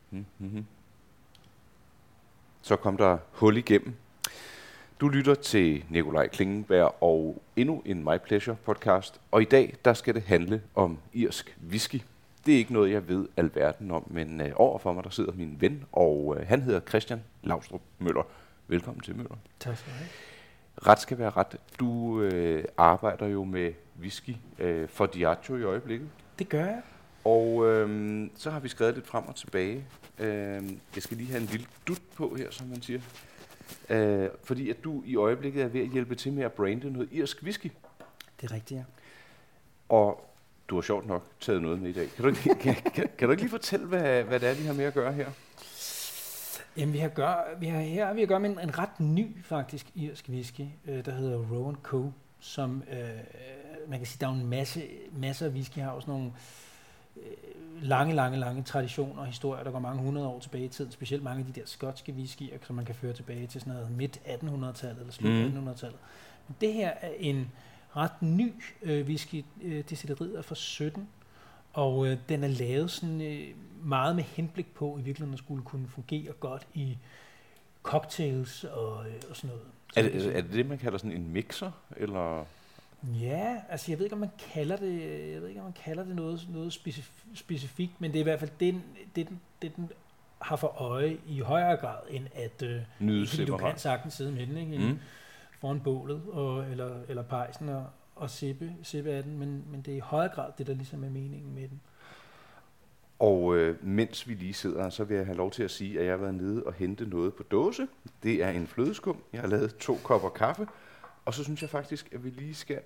Så kom der hul igennem. Du lytter til Nikolaj Klingenberg og endnu en My Pleasure podcast. Og i dag, der skal det handle om irsk whisky. Det er ikke noget, jeg ved alverden om, men overfor mig, der sidder min ven, og han hedder Christian Laustrup Møller. Velkommen til, Møller. Tak skal du have. Ret skal være ret. Du arbejder jo med whisky for Diageo i øjeblikket. Det gør jeg. Og så har vi skrevet lidt frem og tilbage. Jeg skal lige have en lille dut på her, som man siger. Fordi at du i øjeblikket er ved at hjælpe til med at brande noget irsk whisky. Det er rigtigt, ja. Og du har sjovt nok taget noget med i dag. Kan du ikke lige fortælle, hvad det er, vi har med at gøre her? Jamen, vi har at gøre med en ret ny, faktisk, irsk whisky, der hedder Rowan Co., som man kan sige, der er en masse af whisky, har også nogle lange traditioner og historier, der går mange hundrede år tilbage i tiden, specielt mange af de der skotske whiskyer, som man kan føre tilbage til sådan noget midt 1800-tallet eller slut 1800-tallet. Men det her er en ret ny whisky, destilleriet er fra 17, og den er lavet sådan meget med henblik på, i virkeligheden at skulle kunne fungere godt i cocktails og sådan noget. Er det, man kalder sådan en mixer, eller? Ja, altså jeg ved ikke, om man kalder det noget specifikt, men det er i hvert fald det den har for øje i højere grad, end at du kan sagtens sidde med den, ikke? Foran bålet eller pejsen og sippe af den, men det er i højere grad det, der ligesom er meningen med den. Og mens vi lige sidder, så vil jeg have lov til at sige, at jeg har været nede og hente noget på dåse. Det er en flødeskum. Jeg har lavet 2 kopper kaffe. Og så synes jeg faktisk, at vi lige skal...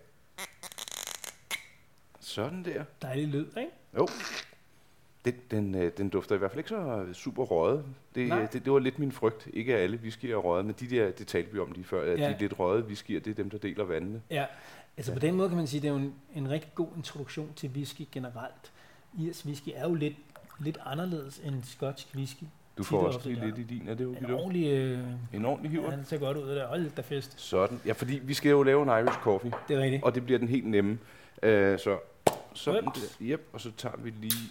Sådan der. Dejlig lyd, ikke? Jo. Den dufter i hvert fald ikke så super røget. Det var lidt min frygt. Ikke at alle whiskyer er røget, men det talte vi om lige før. At de lidt røget whiskyer, det er dem, der deler vandene. Ja, altså på den måde kan man sige, at det er jo en rigtig god introduktion til whisky generelt. Irsk whisky er jo lidt anderledes end skotsk whisky. Du får også lige lidt i din, er det jo? En ordentlig hiver? Ja, det ser godt ud, det der. Hold da fest. Sådan. Ja, fordi vi skal jo lave en Irish coffee. Det er rigtigt. Og det bliver den helt nemme. Så sådan der. Yep, og så tager vi lige...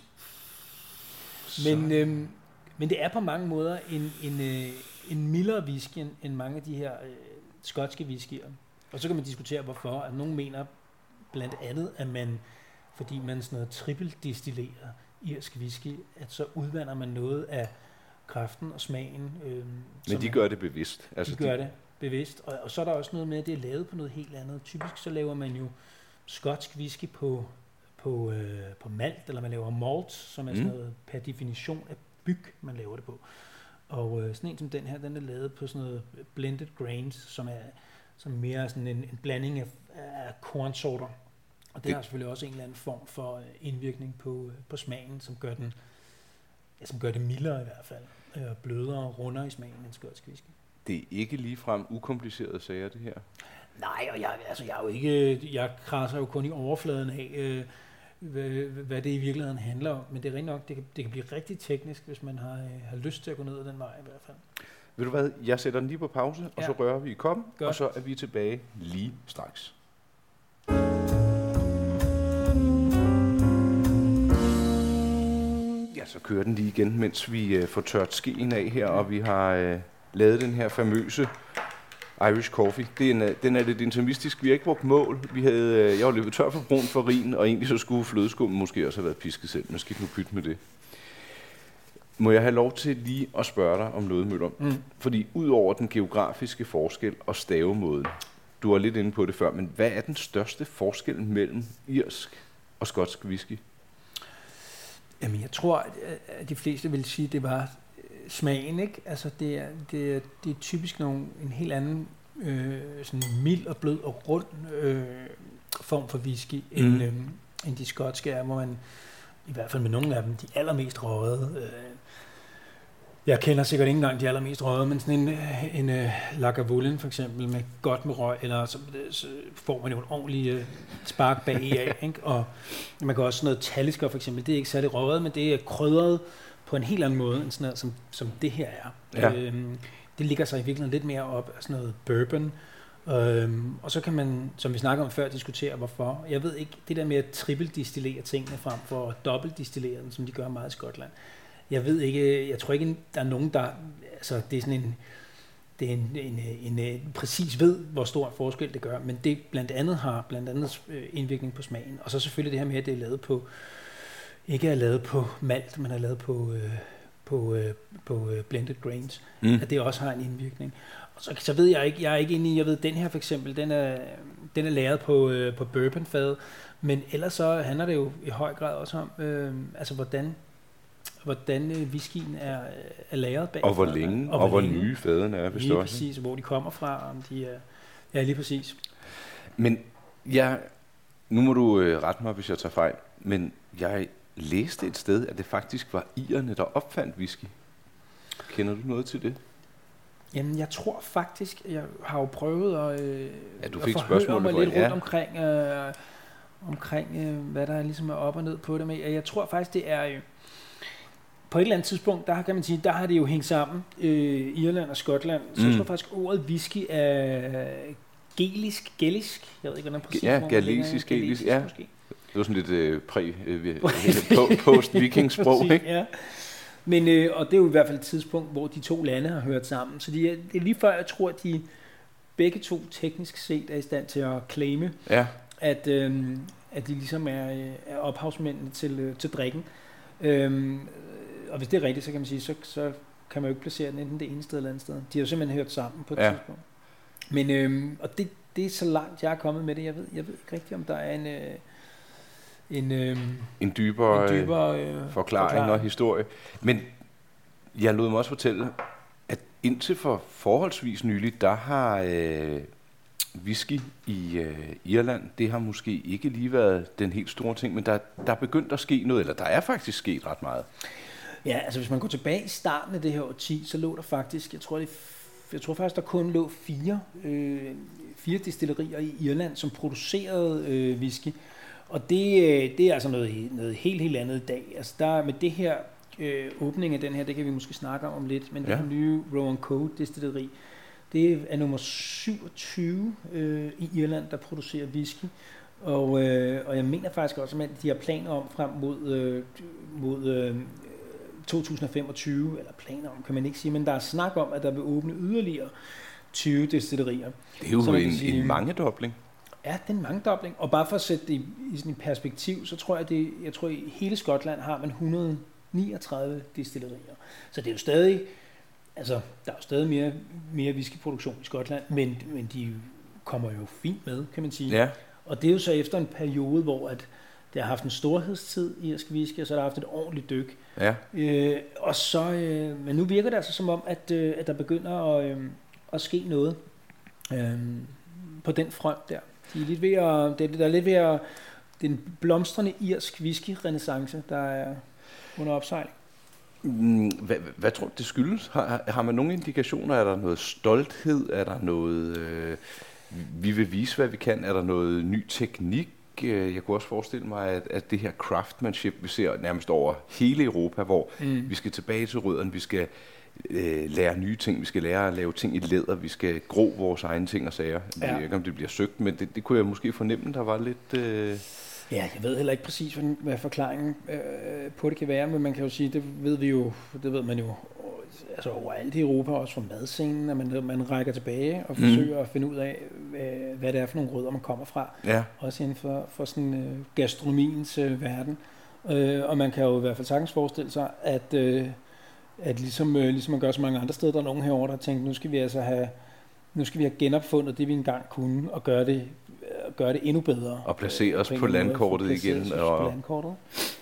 Men det er på mange måder en mildere whisky end mange af de her skotske whiskyer. Og så kan man diskutere, hvorfor. At nogen mener blandt andet, at fordi man sådan noget trippeldestillerer irsk whisky, at så udvander man noget af kraften og smagen. Men de gør det bevidst. Altså de gør det bevidst. Og så er der også noget med, at det er lavet på noget helt andet. Typisk så laver man jo skotsk whisky på malt, eller man laver malt, som er sådan noget per definition af byg, man laver det på. Og sådan en som den her, den er lavet på sådan noget blended grains, som mere sådan en blanding af kornsorter. Og det har selvfølgelig også en eller anden form for indvirkning på smagen, som gør det mildere i hvert fald. Blødere og rundere i smagen end skotsk whisky. Det er ikke ligefrem ukomplicerede sager, det her? Nej, og jeg krasser jo kun i overfladen af, hvad det i virkeligheden handler om. Men det er rent nok, det kan blive rigtig teknisk, hvis man har lyst til at gå ned ad den vej i hvert fald. Ved du hvad, jeg sætter den lige på pause, og så rører vi i koppen, og så er vi tilbage lige straks. Ja, så kører den lige igen, mens vi får tørt skeen af her, og vi har lavet den her famøse Irish coffee. Den er lidt intimistisk. Vi har ikke brugt mål. Jeg var løbet tør for brun farin, og egentlig så skulle flødeskummen måske også have været pisket selv. Man skal ikke nu pytte med det. Må jeg have lov til lige at spørge dig om noget, Møller? Fordi ud over den geografiske forskel og stavemåden, du var lidt inde på det før, men hvad er den største forskel mellem irsk og skotsk whisky? Jamen, jeg tror, at de fleste vil sige, at det var smagen, ikke? Altså, det er typisk en helt anden sådan mild og blød og rund form for whisky, end de skotske er, hvor man, i hvert fald med nogle af dem, de allermest røde. Jeg kender sikkert ikke engang de allermest røde, men sådan en Lagavulin for eksempel, med godt med røg, eller så får man jo en ordentlig spark bag af, ikke? Og man kan også sådan noget Talisker for eksempel, det er ikke særlig røget, men det er krydret på en helt anden måde, end sådan noget, som det her er. Ja. Det ligger sig i virkeligheden lidt mere op af sådan noget bourbon, og så kan man, som vi snakker om før, diskutere hvorfor. Jeg ved ikke, det der med at trippeldistillere tingene frem for at dobbeltdistillere dem, som de gør meget i Skotland, Jeg ved ikke, jeg tror ikke, der er nogen, der... Altså, det er sådan en præcis ved, hvor stor en forskel det gør, men det blandt andet har indvirkning på smagen. Og så selvfølgelig det her med, at det er lavet på, ikke er lavet på malt, men er lavet på blended grains, at det også har en indvirkning. Og så ved jeg ikke, jeg er ikke inde i, jeg ved, den her for eksempel, den er lavet på bourbonfad, men ellers så handler det jo i høj grad også om, altså hvordan whiskyen er lagret bag. Og hvor længe, og hvor nye fadene er, hvis lige præcis, hvor de kommer fra, om de er... Ja, lige præcis. Men nu må du rette mig, hvis jeg tager fejl, men jeg læste et sted, at det faktisk var irerne, der opfandt whisky. Kender du noget til det? Jamen, jeg tror faktisk, jeg har jo prøvet at forhøre mig lidt rundt omkring hvad der ligesom er op og ned på det med. Jeg tror faktisk, det er... På et eller andet tidspunkt, der kan man sige, der har det jo hængt sammen, Irland og Skotland. Så jeg tror faktisk, ordet whisky er gælisk, jeg ved ikke, hvordan præcis. Ja, galesisk, ja. Måske. Det var sådan lidt post-viking-sprog, ikke? Ja. Men, og det er jo i hvert fald et tidspunkt, hvor de to lande har hørt sammen. Så det er lige før, jeg tror, at de begge to teknisk set er i stand til at claime, at de ligesom er ophavsmændene til drikken. Og hvis det er rigtigt, så kan man sige, så kan man jo ikke placere den enten det ene sted eller andet sted. De har jo simpelthen hørt sammen på et tidspunkt. Men, og det er så langt, jeg er kommet med det. Jeg ved ikke rigtigt, om der er en dybere forklaring og historie. Men jeg lod mig også fortælle, at indtil for forholdsvis nyligt, der har whisky i Irland, det har måske ikke lige været den helt store ting, men der er begyndt at ske noget, eller der er faktisk sket ret meget. Ja, altså hvis man går tilbage i starten af det her årti, så lå der faktisk, jeg tror faktisk, der kun lå fire destillerier i Irland, som producerede whisky. Og det er altså noget helt andet i dag. Altså der med det her åbning af den her, det kan vi måske snakke om lidt, men det her nye Rowan Cove destilleri, det er nummer 27 i Irland, der producerer whisky. Og jeg mener faktisk også, at de har planer om frem mod 2025, eller planer om, kan man ikke sige, men der er snak om, at der vil åbne yderligere 20 destillerier. Det er jo en mangedobling. Ja, det er en mangedobling. Og bare for at sætte det i sådan et perspektiv, så tror jeg, at i hele Skotland har man 139 destillerier. Så det er jo stadig, altså der er jo stadig mere whiskyproduktion i Skotland, men de kommer jo fint med, kan man sige. Ja. Og det er jo så efter en periode, hvor at det har haft en storhedstid i irsk whisky, og så har der haft et ordentligt dyk. Ja. Og så, men nu virker det altså som om, at der begynder at ske noget på den front der. De er lidt ved at, der er lidt ved at, den blomstrende irsk whisky-renæssance, der er under opsejling. Hvad tror du, det skyldes? Har man nogle indikationer? Er der noget stolthed? Er der noget, vi vil vise, hvad vi kan? Er der noget ny teknik? Jeg kunne også forestille mig, at det her craftsmanship, vi ser nærmest over hele Europa, hvor vi skal tilbage til rødderne, vi skal lære nye ting, vi skal lære at lave ting i læder, vi skal gro vores egne ting og sager. Ja. Jeg ved ikke, om det bliver søgt, men det kunne jeg måske fornemme, der var lidt... Ja, jeg ved heller ikke præcis, hvad forklaringen på det kan være, men man kan jo sige, det ved man jo altså overalt i Europa, også fra madscenen, at man rækker tilbage og forsøger at finde ud af, hvad det er for nogle rødder, man kommer fra. Ja. Også inden for sådan gastronomiens verden. Og man kan jo i hvert fald sagtens forestille sig, at ligesom man gør så mange andre steder, der er nogen herovre, der har tænkt, nu skal vi have genopfundet det, vi engang kunne, og gøre det endnu bedre. Og placere os på landkortet igen. På landkortet.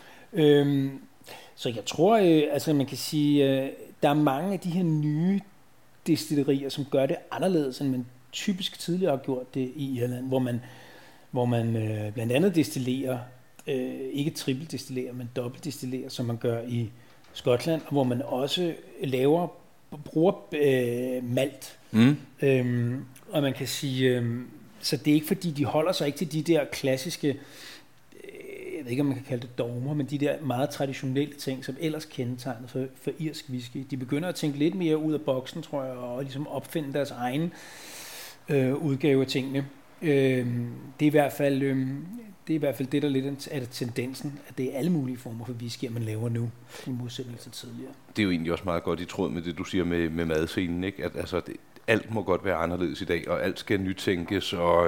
Så jeg tror, altså man kan sige, der er mange af de her nye destillerier, som gør det anderledes, end man typisk tidligere har gjort det i Irland, hvor man blandt andet destillerer, ikke trippeldestillerer, men dobbeltdestillerer, som man gør i Skotland, og hvor man også bruger malt. Og man kan sige, så det er ikke fordi, de holder sig ikke til de der klassiske, jeg ved ikke, om man kan kalde det dogmer, men de der meget traditionelle ting, som ellers kendetegner for irsk whisky. De begynder at tænke lidt mere ud af boksen, tror jeg, og ligesom opfinde deres egen udgave af tingene. Det er i hvert fald det, der lidt er tendensen, at det er alle mulige former for whisky, man laver nu, i modsætning til tidligere. Det er jo egentlig også meget godt i tråd med det, du siger med madscenen, ikke? At altså, alt må godt være anderledes i dag, og alt skal nytænkes, og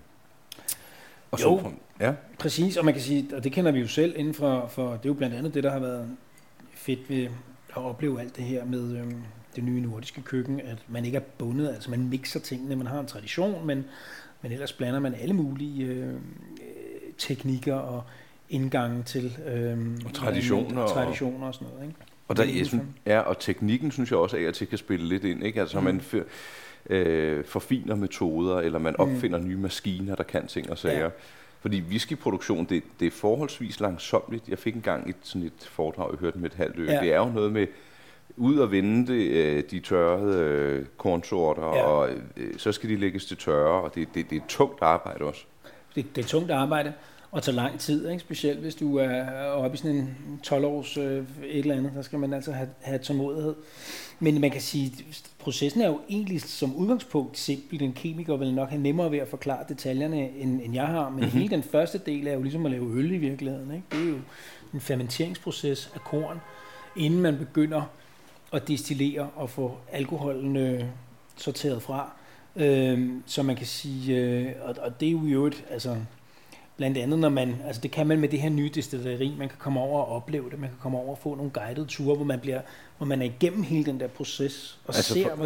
jo, ja. Præcis, og man kan sige, og det kender vi jo selv inden for det er jo blandt andet det, der har været fedt ved at opleve alt det her med det nye nordiske køkken, at man ikke er bundet, altså man mixer tingene, man har en tradition, men ellers blander man alle mulige teknikker og indgange til og traditioner og sådan noget, ikke? Og og teknikken synes jeg også af og til kan spille lidt ind, ikke? Altså man forfiner metoder, eller man opfinder nye maskiner, der kan ting og sager. Ja. Fordi whiskyproduktion, det er forholdsvis langsomligt. Jeg fik engang et foredrag, jeg hørte med et halvt øre. Ja. Det er jo noget med ud og vende de tørrede kornsorter, og så skal de lægges til tørre, og det er et tungt arbejde også. Det er tungt arbejde, og tager lang tid, ikke? Specielt hvis du er oppe i sådan en 12-års et eller andet, der skal man altså have tålmodighed. Men man kan sige, at processen er jo egentlig som udgangspunkt simpel. En kemiker vil nok have nemmere ved at forklare detaljerne, end jeg har, men hele den første del er jo ligesom at lave øl i virkeligheden, ikke? Det er jo en fermenteringsproces af korn, inden man begynder at destillere og få alkoholen sorteret fra. Så man kan sige, og det er jo altså blandt andet, når man, altså det kan man med det her nye destilleri, man kan komme over og opleve det, man kan komme over og få nogle guidede ture, hvor man er igennem hele den der proces, og altså ser,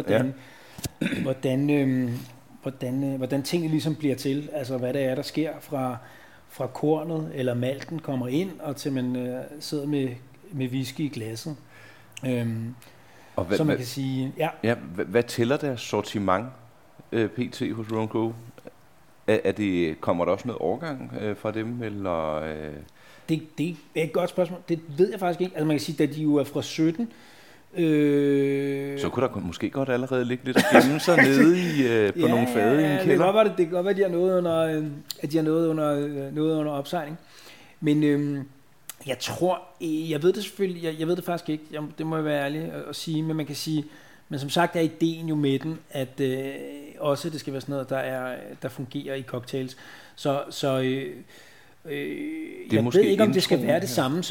hvordan tingene ligesom bliver til, altså hvad det er, der sker fra kornet eller malten kommer ind, og til man sidder med whisky i glasset. Og så man kan sige, hvad tæller deres sortiment pt. Hos Rowan Grove? Kommer der også noget overgang fra dem, eller? Det er et godt spørgsmål. Det ved jeg faktisk ikke. Altså man kan sige, at de jo er fra 17. Så kunne der måske godt allerede ligge lidt at gemme sig nede på nogle fade i en kælder. Det kan godt være, at de har noget under opsejling. Men jeg tror, jeg ved det selvfølgelig, jeg ved det faktisk ikke. Det må jeg være ærlig at sige, men man kan sige, men som sagt er ideen jo med den, at også det skal være sådan noget, der fungerer i cocktails. Så jeg ved ikke, om det skal være det samme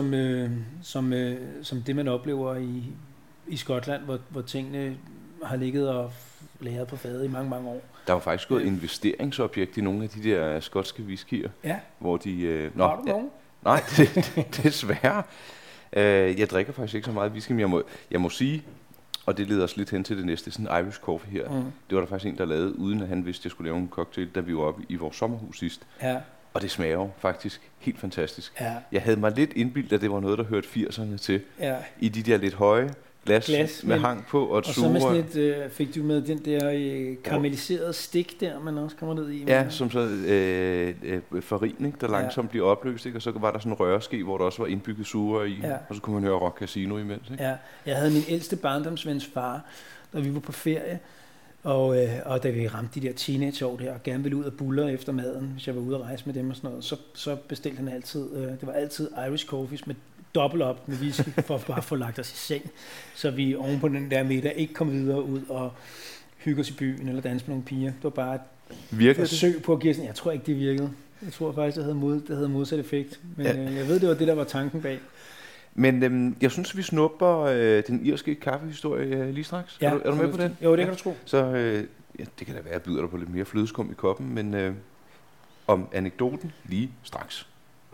som det, man oplever i Skotland, hvor tingene har ligget og lagret på fadet i mange, mange år. Der var faktisk gået investeringsobjekt i nogle af de der skotske whiskyer, hvor de... Har du nogen? Nej, desværre. Jeg drikker faktisk ikke så meget whisky, men jeg må sige, og det leder os lidt hen til det næste, sådan en Irish coffee her. Det var der faktisk en, der lavede, uden at han vidste, at jeg skulle lave en cocktail, da vi var oppe i vores sommerhus sidst. Ja. Og det smager jo faktisk helt fantastisk. Ja. Jeg havde mig lidt indbildt, at det var noget, der hørte 80'erne til. Ja. I de der lidt høje glas med hang på og et sugerør. Og så med sådan et, fik du med den der karamelliserede stik der, man også kommer ned i. Ja, som så farin, der langsomt bliver opløst, ikke? Og så var der sådan en røreske, hvor der også var indbygget sugerør i, og så kunne man høre Rock Casino imens. Ikke? Ja, jeg havde min ældste barndomsvens far, da vi var på ferie, og da vi ramte de der teenageår der, og gerne ville ud og buller efter maden, hvis jeg var ude at rejse med dem og sådan noget, så bestilte han altid, det var altid Irish coffees med dobbelt op med whisky, for at bare få lagt os i seng, så vi oven på den der middag ikke kom videre ud og hygge os i byen eller danse med nogle piger. Det var bare et forsøg på at give sådan, jeg tror ikke det virkede. Jeg tror faktisk, det havde modsat effekt, men jeg ved, det var det, der var tanken bag. Men jeg synes, vi snupper den irske kaffehistorie lige straks. Ja, er du med på den? Jo, det kan du tro. Så det kan da være, at jeg byder dig på lidt mere flødeskum i koppen, men om anekdoten lige straks.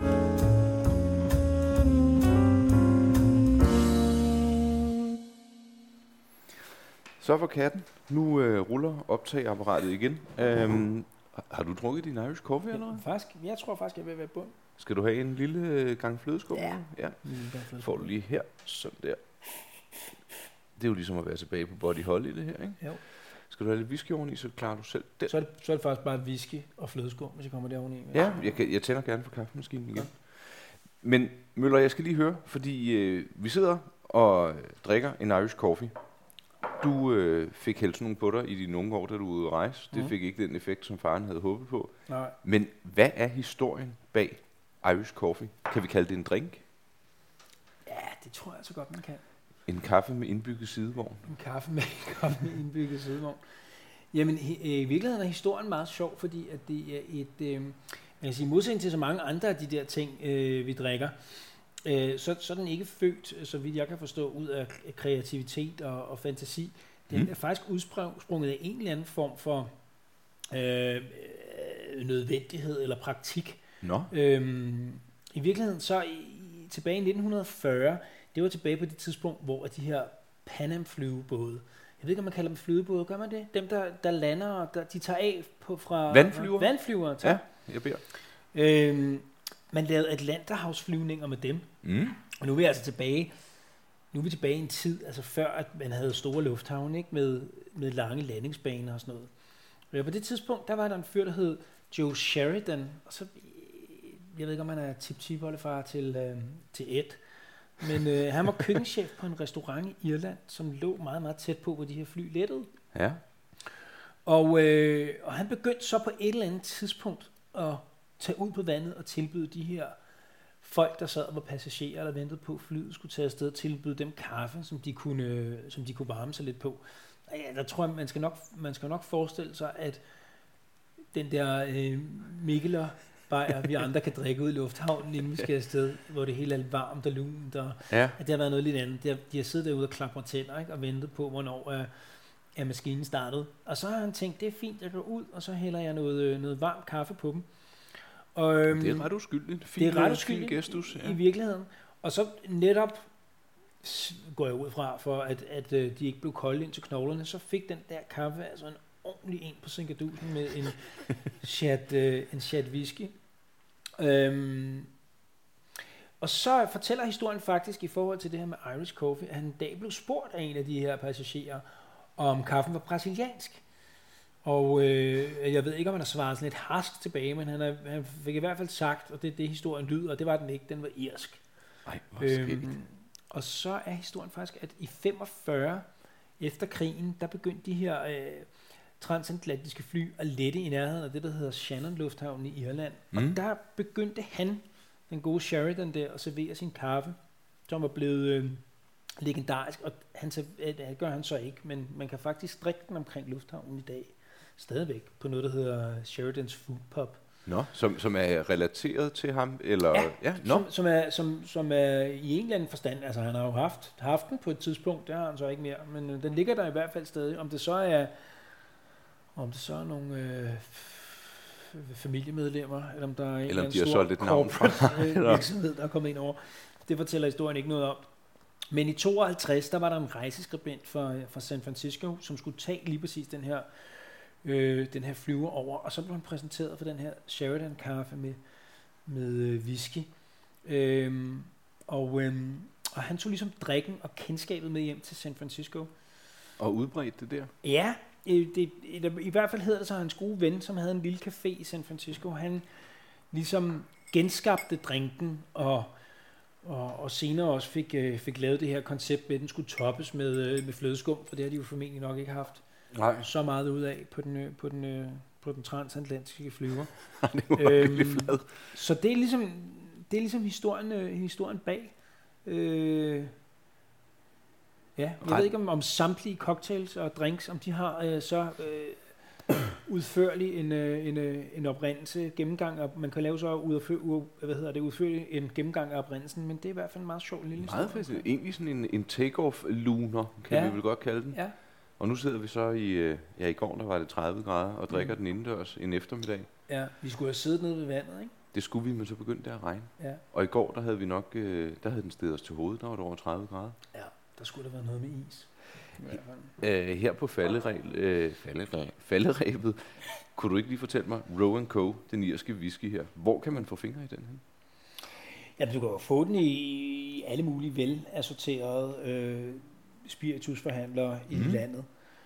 Så for katten. Nu ruller optageapparatet igen. Har du drukket din Irish coffee eller noget? Jeg tror faktisk, jeg vil være bund. Skal du have en lille gang flødeskum? Ja. Får du lige her. Sådan der. Det er jo ligesom at være tilbage på Body Holly i det her, ikke? Jo. Skal du have lidt whisky oveni, så klarer du selv den. Så er det faktisk bare whisky og flødeskum, hvis jeg kommer der oveni. Ja, jeg tænder gerne for kaffemaskinen igen. Men Møller, jeg skal lige høre, fordi vi sidder og drikker en Irish coffee. Du fik hældt nogle på dig i dine unge år, da du var ude at rejse. Det fik ikke den effekt, som faren havde håbet på. Nej. Men hvad er historien bag Irish coffee? Kan vi kalde det en drink? Ja, det tror jeg så godt, man kan. En kaffe med indbygget sidevogn? En kaffe med indbygget sidevogn. Jamen, i virkeligheden er historien meget sjov, fordi at det er et, man kan sige, modsætning til så mange andre af de der ting, vi drikker, så er den ikke født, så vidt jeg kan forstå, ud af kreativitet og fantasi. Den er faktisk udsprunget af en eller anden form for nødvendighed eller praktik. Nå. I virkeligheden så tilbage i 1940, det var tilbage på det tidspunkt, hvor de her Pan Am flyvebåde, jeg ved ikke, om man kalder dem flydebåde, gør man det? Dem, der lander, de tager af fra... Vandflyver, ja, jeg beder. Man lavede Atlanterhavsflyvninger med dem. Og nu er vi altså tilbage i en tid, altså før at man havde store lufthavne, ikke? Med lange landingsbaner og sådan noget. På det tidspunkt, der var der en fyr, der hed Joe Sheridan, og så, jeg ved ikke, om han er tip-tip-oldefar til Ed, men han var køkkenchef på en restaurant i Irland, som lå meget, meget tæt på, hvor de her fly lettede. Ja. Og han begyndte så på et eller andet tidspunkt at tage ud på vandet og tilbyde de her folk, der sad og var passagerer, der ventede på, at flyet skulle tage afsted, tilbyde dem kaffe, som de kunne varme sig lidt på. Ja, der tror jeg, man skal nok forestille sig, at den der Mikkeler bajer, vi andre kan drikke ud i lufthavnen, inden vi skal afsted, hvor det hele er varmt og lunt, og at det har været noget lidt andet. De har siddet derude og klapret tænder, ikke, og ventet på, hvornår er maskinen startet. Og så har han tænkt, det er fint, jeg går ud, og så hælder jeg noget varmt kaffe på dem. Og, det er ret uskyldigt. Det er ret uskyldigt gestus, i virkeligheden. Og så netop går jeg ud fra, for at de ikke blev kolde ind til knoglerne, så fik den der kaffe altså en ordentlig en på sinkadusen med en chat whisky. Og så fortæller historien faktisk i forhold til det her med Irish Coffee, at han en dag blev spurgt af en af de her passagerer, om kaffen var brasiliansk. Og jeg ved ikke, om han har svaret sådan lidt harsk tilbage, men han fik i hvert fald sagt, og det er det historien lyder, og det var den ikke, den var irsk. Ej, hvor skægt. Og så er historien faktisk, at i 45 efter krigen, der begyndte de her transatlantiske fly at lette i nærheden af det, der hedder Shannon Lufthavn i Irland. Og der begyndte han, den gode Sheridan der, at servere sin kaffe, som var blevet legendarisk, og det gør han så ikke, men man kan faktisk drikke den omkring lufthavnen i dag, stadigvæk, på noget, der hedder Sheridans Food Pub. Nå, som er relateret til ham? Eller? Ja, som er i en eller anden forstand, altså han har jo haft den på et tidspunkt, det har han så ikke mere, men den ligger der i hvert fald stadig. Om det så er nogle familiemedlemmer, eller om der er en eller stor corporate virksomhed, der er kommet ind over, det fortæller historien ikke noget om. Men i 52, der var der en rejseskribent fra San Francisco, som skulle tage lige præcis den her flyver over, og så blev han præsenteret for den her Sheridan-kaffe med whisky. Og han tog ligesom drikken og kendskabet med hjem til San Francisco. Og udbredte det der? Ja, i hvert fald hedder det så hans gode ven, som havde en lille café i San Francisco. Han ligesom genskabte drinken, og senere også fik lavet det her koncept med, at den skulle toppes med flødeskum, for det har de jo formentlig nok ikke haft så meget ud af på den transatlantiske flyver. Det var virkelig flad. Så det er ligesom historien bag. Jeg ved ikke om samtlige cocktails og drinks, om de har så udførlig en oprindelse, gennemgang, og man kan lave så udførlig en gennemgang af oprindelsen, men det er i hvert fald en meget sjov lille historie. Meget faktisk. Egentlig sådan en take-off-luner, kan vi vel godt kalde den. Ja. Og nu sidder vi så i går, der var det 30 grader, og drikker den indendørs en eftermiddag. Ja, vi skulle have siddet nede ved vandet, ikke? Det skulle vi, men så begyndte det at regne. Ja. Og i går, der havde vi nok, der havde den stedet os til hovedet, der var det over 30 grader. Ja, der skulle der være noget med is. Her på falderæbet, kunne du ikke lige fortælle mig, Roe & Co., den irske whisky her, hvor kan man få fingre i den her? Ja, du kan jo få den i alle mulige velassorterede spiritusforhandlere i landet.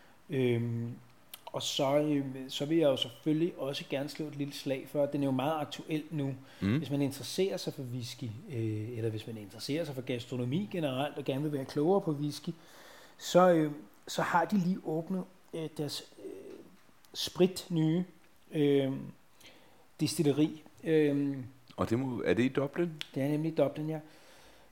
Og så vil jeg jo selvfølgelig også gerne slå et lille slag for, at den er jo meget aktuel nu. Hvis man interesserer sig for whisky, eller hvis man interesserer sig for gastronomi generelt, og gerne vil være klogere på whisky, så har de lige åbnet deres sprit nye destilleri. Og er det i Dublin? Det er nemlig i Dublin, ja.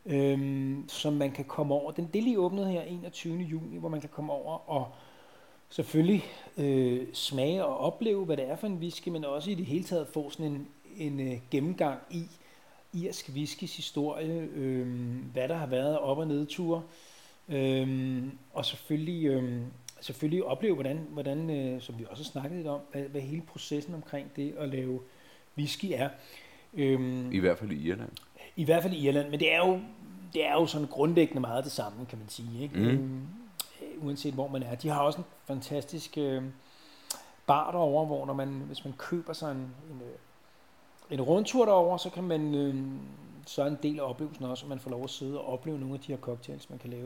Som man kan komme over. Det er lige åbnet her 21. juni, hvor man kan komme over og selvfølgelig smage og opleve, hvad det er for en whisky, men også i det hele taget få sådan en gennemgang i irsk whiskys historie, hvad der har været op- og nedture, og selvfølgelig opleve, hvordan som vi også har snakket lidt om, hvad hele processen omkring det at lave whisky er. I hvert fald i Irland. I hvert fald i Irland, men det er jo sådan grundlæggende meget det samme, kan man sige, ikke? Uanset hvor man er. De har også en fantastisk bar derovre, hvor hvis man køber sig en rundtur derover, så kan man så er en del af oplevelsen også, at man får lov at sidde og opleve nogle af de her cocktails, man kan lave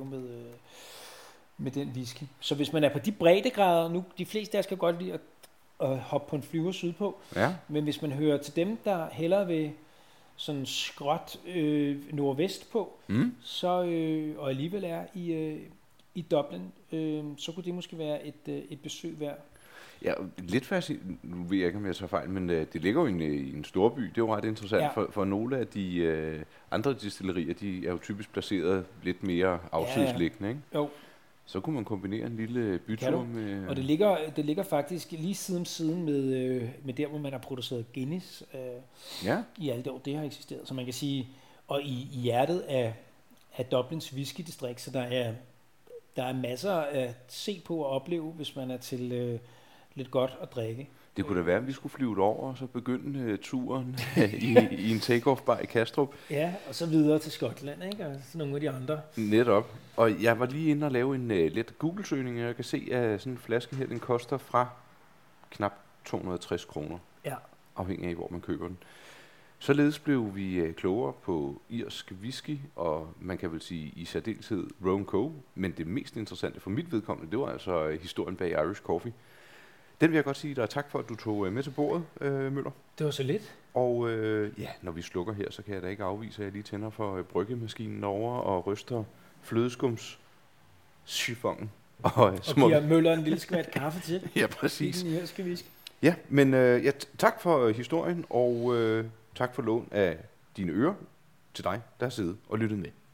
med den whisky. Så hvis man er på de breddegrader, nu de fleste af os kan godt lide at hoppe på en flyver sydpå, men hvis man hører til dem, der hellere vil sådan skråt nordvest på, så, og alligevel er i Dublin, så kunne det måske være et besøg værd. Ja, lidt fascinerende, nu ved jeg ikke, om jeg tager fejl, men det ligger jo i en storby. Det er jo ret interessant, for nogle af de andre distillerier, de er jo typisk placeret lidt mere afsidesliggende, ikke? Jo. Så kunne man kombinere en lille bytur med... Og det ligger faktisk lige side om side med der, hvor man har produceret Guinness i alle år. Det har eksisteret, så man kan sige, og i hjertet af Dublins whisky-distrikt, så der er masser at se på og opleve, hvis man er til lidt godt at drikke. Det kunne da være, at vi skulle flyve over og så begynde turen i en take-off-bar i Kastrup. Ja, og så videre til Skotland, ikke? Og så nogle af de andre. Netop. Og jeg var lige inde og lave en let Google-søgning, og jeg kan se, at sådan en flaske her, den koster fra knap 260 kroner. Ja. Afhængig af, hvor man køber den. Således blev vi klogere på irsk whisky, og man kan vel sige i særdeleshed Roan Co. Men det mest interessante for mit vedkommende, det var altså historien bag Irish Coffee. Den vil jeg godt sige dig tak for, at du tog med til bordet, Møller. Det var så lidt. Og når vi slukker her, så kan jeg da ikke afvise, at jeg lige tænder for bryggemaskinen over og ryster flødeskumschiffonen. Og giver Møller en lille skvat kaffe til. Ja, præcis. I den irske whisky. Ja, men tak for historien, og tak for lån af dine ører til dig, der har siddet og lyttet med.